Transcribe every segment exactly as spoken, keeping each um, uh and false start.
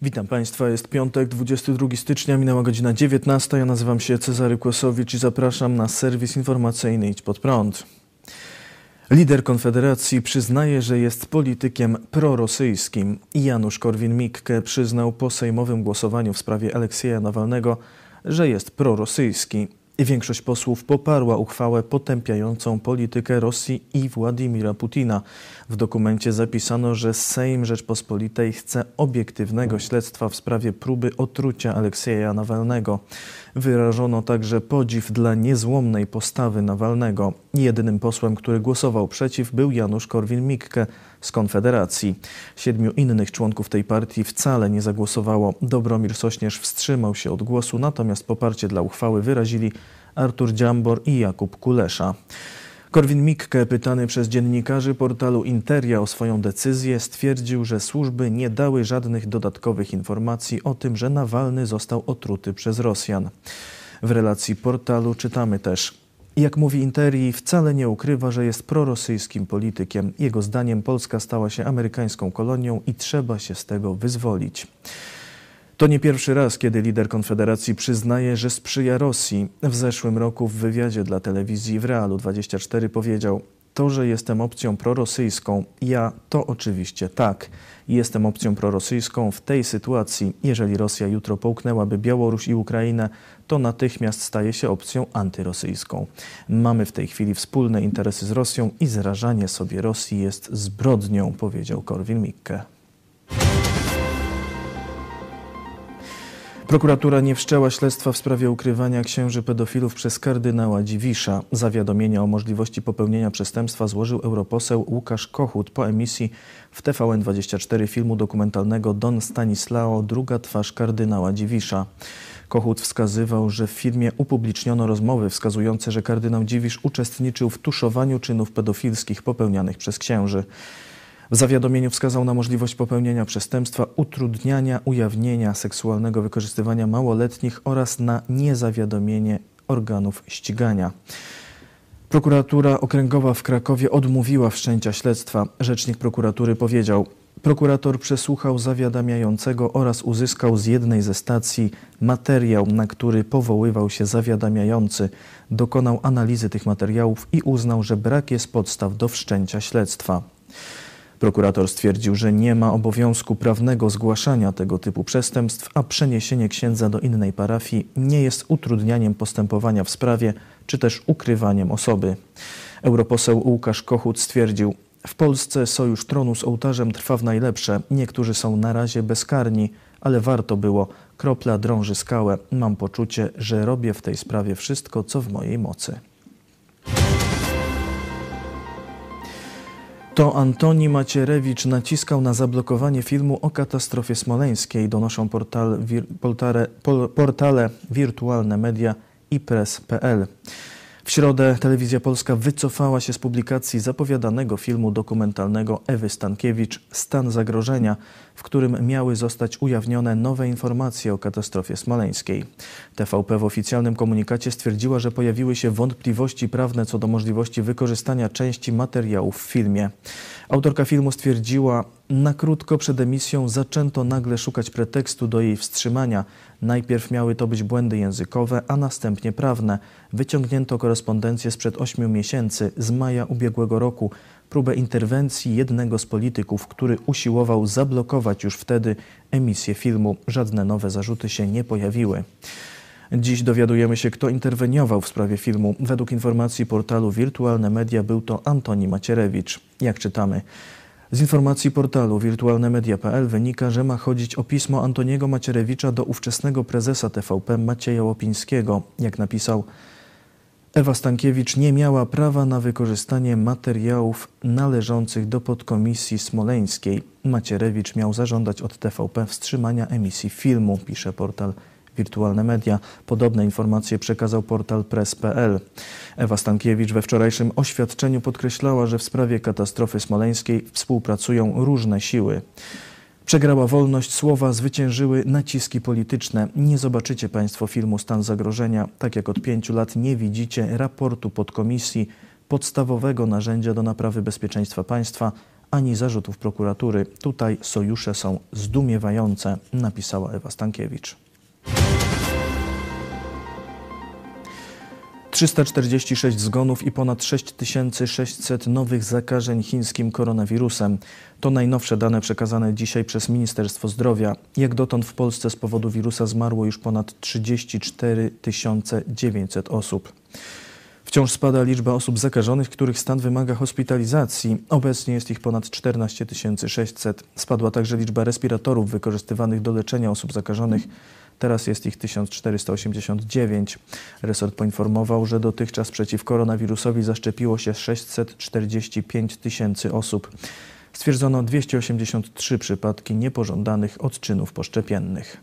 Witam Państwa, jest piątek, dwudziestego drugiego stycznia, minęła godzina dziewiętnasta. Ja nazywam się Cezary Kłosowicz i zapraszam na serwis informacyjny Idź Pod Prąd. Lider Konfederacji przyznaje, że jest politykiem prorosyjskim. Janusz Korwin-Mikke przyznał po sejmowym głosowaniu w sprawie Aleksieja Nawalnego, że jest prorosyjski. Większość posłów poparła uchwałę potępiającą politykę Rosji i Władimira Putina. W dokumencie zapisano, że Sejm Rzeczpospolitej chce obiektywnego śledztwa w sprawie próby otrucia Aleksieja Nawalnego. Wyrażono także podziw dla niezłomnej postawy Nawalnego. Jedynym posłem, który głosował przeciw, był Janusz Korwin-Mikke z Konfederacji. Siedmiu innych członków tej partii wcale nie zagłosowało. Dobromir Sośnierz wstrzymał się od głosu, natomiast poparcie dla uchwały wyrazili Artur Dziambor i Jakub Kulesza. Korwin-Mikke, pytany przez dziennikarzy portalu Interia o swoją decyzję, stwierdził, że służby nie dały żadnych dodatkowych informacji o tym, że Nawalny został otruty przez Rosjan. W relacji portalu czytamy też: jak mówi Interii, wcale nie ukrywa, że jest prorosyjskim politykiem. Jego zdaniem Polska stała się amerykańską kolonią i trzeba się z tego wyzwolić. To nie pierwszy raz, kiedy lider Konfederacji przyznaje, że sprzyja Rosji. W zeszłym roku w wywiadzie dla telewizji w Realu dwadzieścia cztery powiedział: to, że jestem opcją prorosyjską, ja to oczywiście tak. Jestem opcją prorosyjską w tej sytuacji. Jeżeli Rosja jutro połknęłaby Białoruś i Ukrainę, to natychmiast staje się opcją antyrosyjską. Mamy w tej chwili wspólne interesy z Rosją i zrażanie sobie Rosji jest zbrodnią, powiedział Korwin-Mikke. Prokuratura nie wszczęła śledztwa w sprawie ukrywania księży pedofilów przez kardynała Dziwisza. Zawiadomienie o możliwości popełnienia przestępstwa złożył europoseł Łukasz Kochut po emisji w T V N dwadzieścia cztery filmu dokumentalnego Don Stanislao, druga twarz kardynała Dziwisza. Kochut wskazywał, że w filmie upubliczniono rozmowy wskazujące, że kardynał Dziwisz uczestniczył w tuszowaniu czynów pedofilskich popełnianych przez księży. W zawiadomieniu wskazał na możliwość popełnienia przestępstwa utrudniania ujawnienia seksualnego wykorzystywania małoletnich oraz na niezawiadomienie organów ścigania. Prokuratura Okręgowa w Krakowie odmówiła wszczęcia śledztwa. Rzecznik prokuratury powiedział: prokurator przesłuchał zawiadamiającego oraz uzyskał z jednej ze stacji materiał, na który powoływał się zawiadamiający. Dokonał analizy tych materiałów i uznał, że brak jest podstaw do wszczęcia śledztwa. Prokurator stwierdził, że nie ma obowiązku prawnego zgłaszania tego typu przestępstw, a przeniesienie księdza do innej parafii nie jest utrudnianiem postępowania w sprawie, czy też ukrywaniem osoby. Europoseł Łukasz Kochut stwierdził: w Polsce sojusz tronu z ołtarzem trwa w najlepsze. Niektórzy są na razie bezkarni, ale warto było. Kropla drąży skałę. Mam poczucie, że robię w tej sprawie wszystko, co w mojej mocy. To Antoni Macierewicz naciskał na zablokowanie filmu o katastrofie smoleńskiej, donoszą portal, wir, portale, portale Wirtualne Media i Press kropka p l. W środę Telewizja Polska wycofała się z publikacji zapowiadanego filmu dokumentalnego Ewy Stankiewicz „Stan zagrożenia”, w którym miały zostać ujawnione nowe informacje o katastrofie smoleńskiej. T V P w oficjalnym komunikacie stwierdziła, że pojawiły się wątpliwości prawne co do możliwości wykorzystania części materiałów w filmie. Autorka filmu stwierdziła: na krótko przed emisją zaczęto nagle szukać pretekstu do jej wstrzymania. Najpierw miały to być błędy językowe, a następnie prawne. Wyciągnięto korespondencję sprzed ośmiu miesięcy, z maja ubiegłego roku, próbę interwencji jednego z polityków, który usiłował zablokować już wtedy emisję filmu. Żadne nowe zarzuty się nie pojawiły. Dziś dowiadujemy się, kto interweniował w sprawie filmu. Według informacji portalu Wirtualne Media był to Antoni Macierewicz. Jak czytamy: z informacji portalu wirtualne media kropka p l wynika, że ma chodzić o pismo Antoniego Macierewicza do ówczesnego prezesa T V P Macieja Łopińskiego. Jak napisał: Ewa Stankiewicz nie miała prawa na wykorzystanie materiałów należących do podkomisji smoleńskiej. Macierewicz miał zażądać od T V P wstrzymania emisji filmu, pisze portal Wirtualne Media. Podobne informacje przekazał portal Press kropka p l. Ewa Stankiewicz we wczorajszym oświadczeniu podkreślała, że w sprawie katastrofy smoleńskiej współpracują różne siły. Przegrała wolność słowa, zwyciężyły naciski polityczne. Nie zobaczycie Państwo filmu Stan zagrożenia, tak jak od pięciu lat nie widzicie raportu podkomisji, podstawowego narzędzia do naprawy bezpieczeństwa państwa, ani zarzutów prokuratury. Tutaj sojusze są zdumiewające, napisała Ewa Stankiewicz. trzysta czterdzieści sześć zgonów i ponad sześć tysięcy sześćset nowych zakażeń chińskim koronawirusem. To najnowsze dane przekazane dzisiaj przez Ministerstwo Zdrowia. Jak dotąd w Polsce z powodu wirusa zmarło już ponad trzydzieści cztery tysiące dziewięćset osób. Wciąż spada liczba osób zakażonych, których stan wymaga hospitalizacji. Obecnie jest ich ponad czternaście tysięcy sześćset. Spadła także liczba respiratorów wykorzystywanych do leczenia osób zakażonych. Teraz jest ich tysiąc czterysta osiemdziesiąt dziewięć. Resort poinformował, że dotychczas przeciw koronawirusowi zaszczepiło się sześćset czterdzieści pięć tysięcy osób. Stwierdzono dwieście osiemdziesiąt trzy przypadki niepożądanych odczynów poszczepiennych.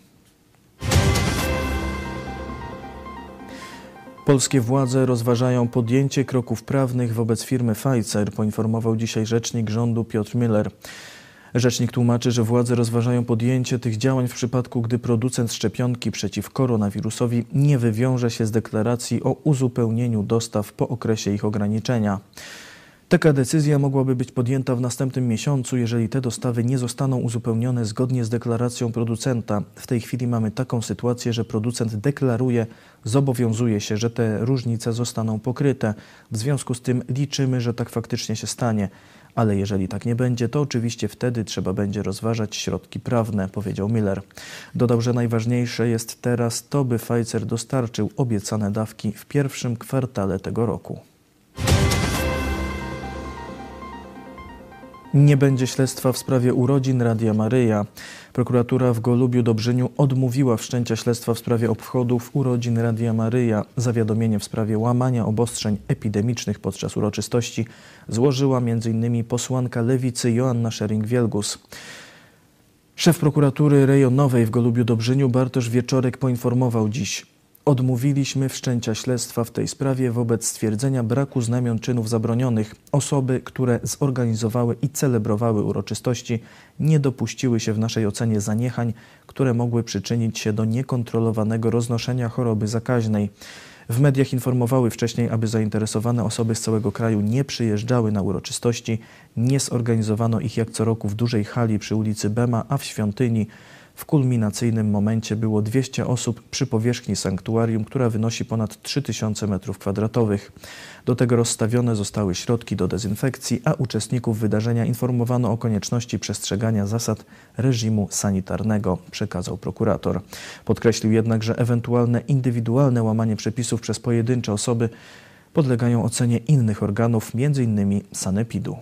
Polskie władze rozważają podjęcie kroków prawnych wobec firmy Pfizer, poinformował dzisiaj rzecznik rządu Piotr Müller. Rzecznik tłumaczy, że władze rozważają podjęcie tych działań w przypadku, gdy producent szczepionki przeciw koronawirusowi nie wywiąże się z deklaracji o uzupełnieniu dostaw po okresie ich ograniczenia. Taka decyzja mogłaby być podjęta w następnym miesiącu, jeżeli te dostawy nie zostaną uzupełnione zgodnie z deklaracją producenta. W tej chwili mamy taką sytuację, że producent deklaruje, zobowiązuje się, że te różnice zostaną pokryte. W związku z tym liczymy, że tak faktycznie się stanie. Ale jeżeli tak nie będzie, to oczywiście wtedy trzeba będzie rozważać środki prawne, powiedział Müller. Dodał, że najważniejsze jest teraz to, by Pfizer dostarczył obiecane dawki w pierwszym kwartale tego roku. Nie będzie śledztwa w sprawie urodzin Radia Maryja. Prokuratura w Golubiu-Dobrzyniu odmówiła wszczęcia śledztwa w sprawie obchodów urodzin Radia Maryja. Zawiadomienie w sprawie łamania obostrzeń epidemicznych podczas uroczystości złożyła między innymi posłanka Lewicy Joanna Scheuring-Wielgus. Szef prokuratury rejonowej w Golubiu-Dobrzyniu Bartosz Wieczorek poinformował dziś: odmówiliśmy wszczęcia śledztwa w tej sprawie wobec stwierdzenia braku znamion czynów zabronionych. Osoby, które zorganizowały i celebrowały uroczystości, nie dopuściły się w naszej ocenie zaniechań, które mogły przyczynić się do niekontrolowanego roznoszenia choroby zakaźnej. W mediach informowały wcześniej, aby zainteresowane osoby z całego kraju nie przyjeżdżały na uroczystości. Nie zorganizowano ich jak co roku w dużej hali przy ulicy Bema, a w świątyni. W kulminacyjnym momencie było dwieście osób przy powierzchni sanktuarium, która wynosi ponad trzy tysiące metrów kwadratowych. Do tego rozstawione zostały środki do dezynfekcji, a uczestników wydarzenia informowano o konieczności przestrzegania zasad reżimu sanitarnego, przekazał prokurator. Podkreślił jednak, że ewentualne indywidualne łamanie przepisów przez pojedyncze osoby podlegają ocenie innych organów, między innymi sanepidu.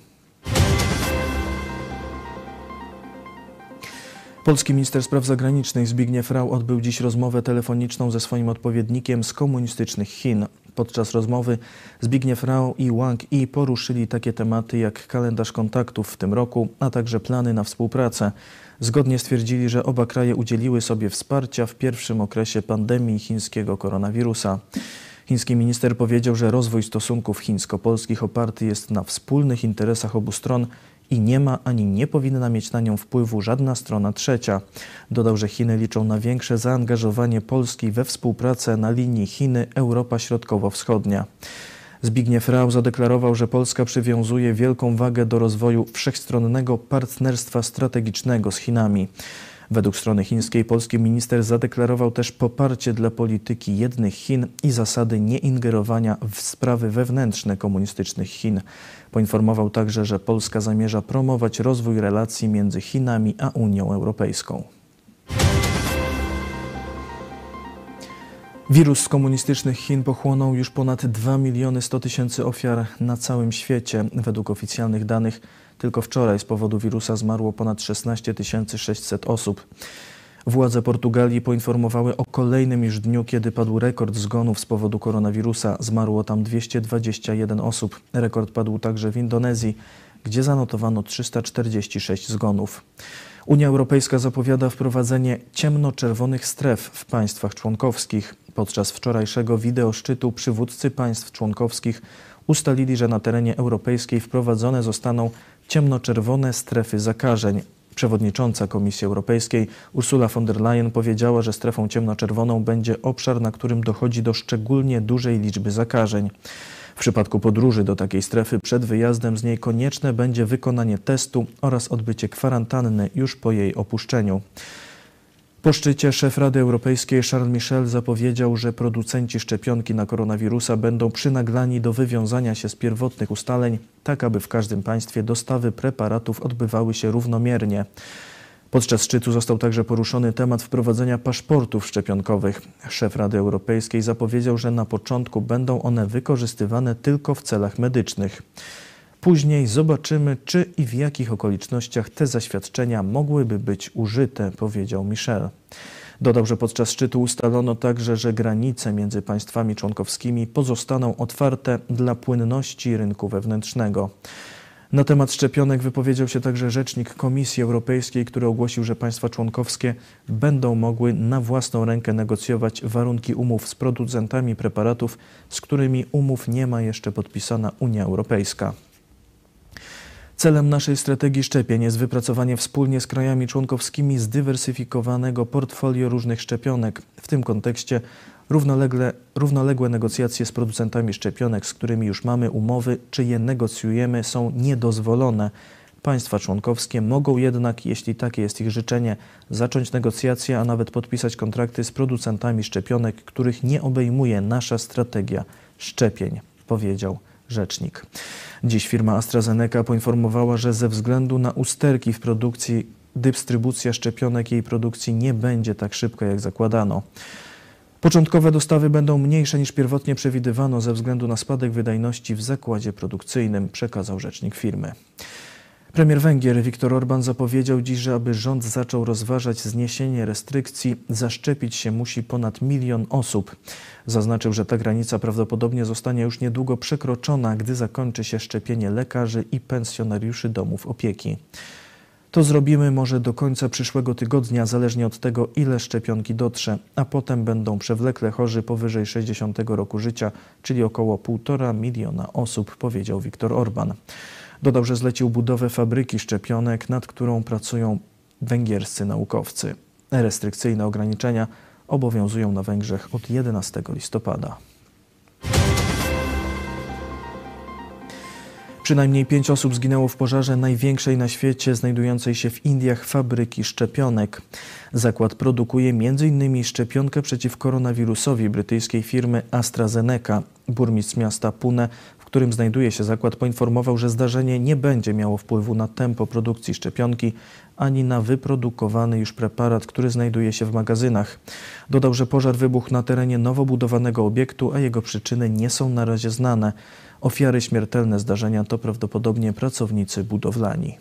Polski minister spraw zagranicznych Zbigniew Rau odbył dziś rozmowę telefoniczną ze swoim odpowiednikiem z komunistycznych Chin. Podczas rozmowy Zbigniew Rau i Wang Yi poruszyli takie tematy jak kalendarz kontaktów w tym roku, a także plany na współpracę. Zgodnie stwierdzili, że oba kraje udzieliły sobie wsparcia w pierwszym okresie pandemii chińskiego koronawirusa. Chiński minister powiedział, że rozwój stosunków chińsko-polskich oparty jest na wspólnych interesach obu stron i nie ma ani nie powinna mieć na nią wpływu żadna strona trzecia. Dodał, że Chiny liczą na większe zaangażowanie Polski we współpracę na linii Chiny-Europa Środkowo-Wschodnia. Zbigniew Rau zadeklarował, że Polska przywiązuje wielką wagę do rozwoju wszechstronnego partnerstwa strategicznego z Chinami. Według strony chińskiej polski minister zadeklarował też poparcie dla polityki jednych Chin i zasady nieingerowania w sprawy wewnętrzne komunistycznych Chin. Poinformował także, że Polska zamierza promować rozwój relacji między Chinami a Unią Europejską. Wirus z komunistycznych Chin pochłonął już ponad dwa miliony sto tysięcy ofiar na całym świecie. Według oficjalnych danych tylko wczoraj z powodu wirusa zmarło ponad szesnaście tysięcy sześćset osób. Władze Portugalii poinformowały o kolejnym już dniu, kiedy padł rekord zgonów z powodu koronawirusa. Zmarło tam dwieście dwadzieścia jeden osób. Rekord padł także w Indonezji, gdzie zanotowano trzysta czterdzieści sześć zgonów. Unia Europejska zapowiada wprowadzenie ciemnoczerwonych stref w państwach członkowskich. Podczas wczorajszego wideoszczytu przywódcy państw członkowskich ustalili, że na terenie europejskiej wprowadzone zostaną ciemnoczerwone strefy zakażeń. Przewodnicząca Komisji Europejskiej Ursula von der Leyen powiedziała, że strefą ciemnoczerwoną będzie obszar, na którym dochodzi do szczególnie dużej liczby zakażeń. W przypadku podróży do takiej strefy przed wyjazdem z niej konieczne będzie wykonanie testu oraz odbycie kwarantanny już po jej opuszczeniu. Po szczycie szef Rady Europejskiej Charles Michel zapowiedział, że producenci szczepionki na koronawirusa będą przynaglani do wywiązania się z pierwotnych ustaleń, tak aby w każdym państwie dostawy preparatów odbywały się równomiernie. Podczas szczytu został także poruszony temat wprowadzenia paszportów szczepionkowych. Szef Rady Europejskiej zapowiedział, że na początku będą one wykorzystywane tylko w celach medycznych. Później zobaczymy, czy i w jakich okolicznościach te zaświadczenia mogłyby być użyte, powiedział Michel. Dodał, że podczas szczytu ustalono także, że granice między państwami członkowskimi pozostaną otwarte dla płynności rynku wewnętrznego. Na temat szczepionek wypowiedział się także rzecznik Komisji Europejskiej, który ogłosił, że państwa członkowskie będą mogły na własną rękę negocjować warunki umów z producentami preparatów, z którymi umów nie ma jeszcze podpisana Unia Europejska. Celem naszej strategii szczepień jest wypracowanie wspólnie z krajami członkowskimi zdywersyfikowanego portfolio różnych szczepionek. W tym kontekście równolegle, równoległe negocjacje z producentami szczepionek, z którymi już mamy umowy, czy je negocjujemy, są niedozwolone. Państwa członkowskie mogą jednak, jeśli takie jest ich życzenie, zacząć negocjacje, a nawet podpisać kontrakty z producentami szczepionek, których nie obejmuje nasza strategia szczepień, powiedział rzecznik. Dziś firma AstraZeneca poinformowała, że ze względu na usterki w produkcji, dystrybucja szczepionek jej produkcji nie będzie tak szybka, jak zakładano. Początkowe dostawy będą mniejsze niż pierwotnie przewidywano ze względu na spadek wydajności w zakładzie produkcyjnym, przekazał rzecznik firmy. Premier Węgier Viktor Orban zapowiedział dziś, że aby rząd zaczął rozważać zniesienie restrykcji, zaszczepić się musi ponad milion osób. Zaznaczył, że ta granica prawdopodobnie zostanie już niedługo przekroczona, gdy zakończy się szczepienie lekarzy i pensjonariuszy domów opieki. To zrobimy może do końca przyszłego tygodnia, zależnie od tego, ile szczepionki dotrze, a potem będą przewlekle chorzy powyżej sześćdziesiątego roku życia, czyli około półtora miliona osób, powiedział Viktor Orban. Dodał, że zlecił budowę fabryki szczepionek, nad którą pracują węgierscy naukowcy. Restrykcyjne ograniczenia obowiązują na Węgrzech od jedenastego listopada. Przynajmniej pięć osób zginęło w pożarze największej na świecie, znajdującej się w Indiach fabryki szczepionek. Zakład produkuje między innymi szczepionkę przeciw koronawirusowi brytyjskiej firmy AstraZeneca. Burmistrz miasta Pune, w którym znajduje się zakład, poinformował, że zdarzenie nie będzie miało wpływu na tempo produkcji szczepionki ani na wyprodukowany już preparat, który znajduje się w magazynach. Dodał, że pożar wybuchł na terenie nowo budowanego obiektu, a jego przyczyny nie są na razie znane. Ofiary śmiertelne zdarzenia to prawdopodobnie pracownicy budowlani.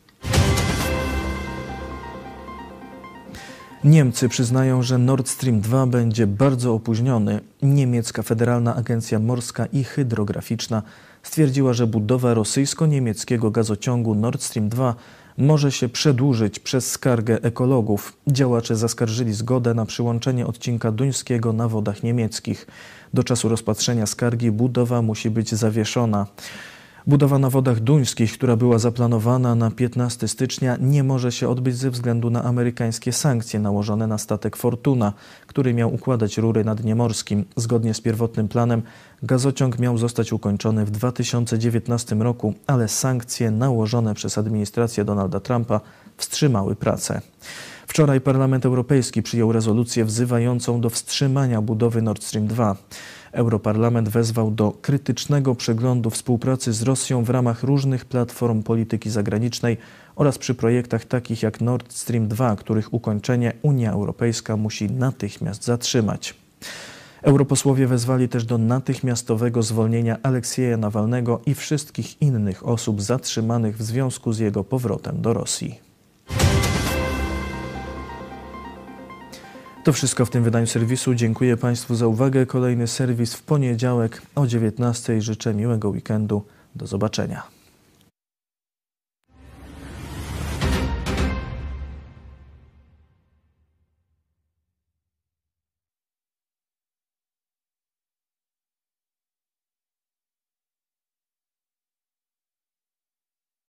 Niemcy przyznają, że Nord Stream dwa będzie bardzo opóźniony. Niemiecka Federalna Agencja Morska i Hydrograficzna stwierdziła, że budowa rosyjsko-niemieckiego gazociągu Nord Stream dwa może się przedłużyć przez skargę ekologów. Działacze zaskarżyli zgodę na przyłączenie odcinka duńskiego na wodach niemieckich. Do czasu rozpatrzenia skargi budowa musi być zawieszona. Budowa na wodach duńskich, która była zaplanowana na piętnastego stycznia, nie może się odbyć ze względu na amerykańskie sankcje nałożone na statek Fortuna, który miał układać rury na dnie morskim. Zgodnie z pierwotnym planem gazociąg miał zostać ukończony w dwa tysiące dziewiętnastym roku, ale sankcje nałożone przez administrację Donalda Trumpa wstrzymały pracę. Wczoraj Parlament Europejski przyjął rezolucję wzywającą do wstrzymania budowy Nord Stream dwa. Europarlament wezwał do krytycznego przeglądu współpracy z Rosją w ramach różnych platform polityki zagranicznej oraz przy projektach takich jak Nord Stream dwa, których ukończenie Unia Europejska musi natychmiast zatrzymać. Europosłowie wezwali też do natychmiastowego zwolnienia Aleksieja Nawalnego i wszystkich innych osób zatrzymanych w związku z jego powrotem do Rosji. To wszystko w tym wydaniu serwisu. Dziękuję Państwu za uwagę. Kolejny serwis w poniedziałek o dziewiętnastej. Życzę miłego weekendu. Do zobaczenia.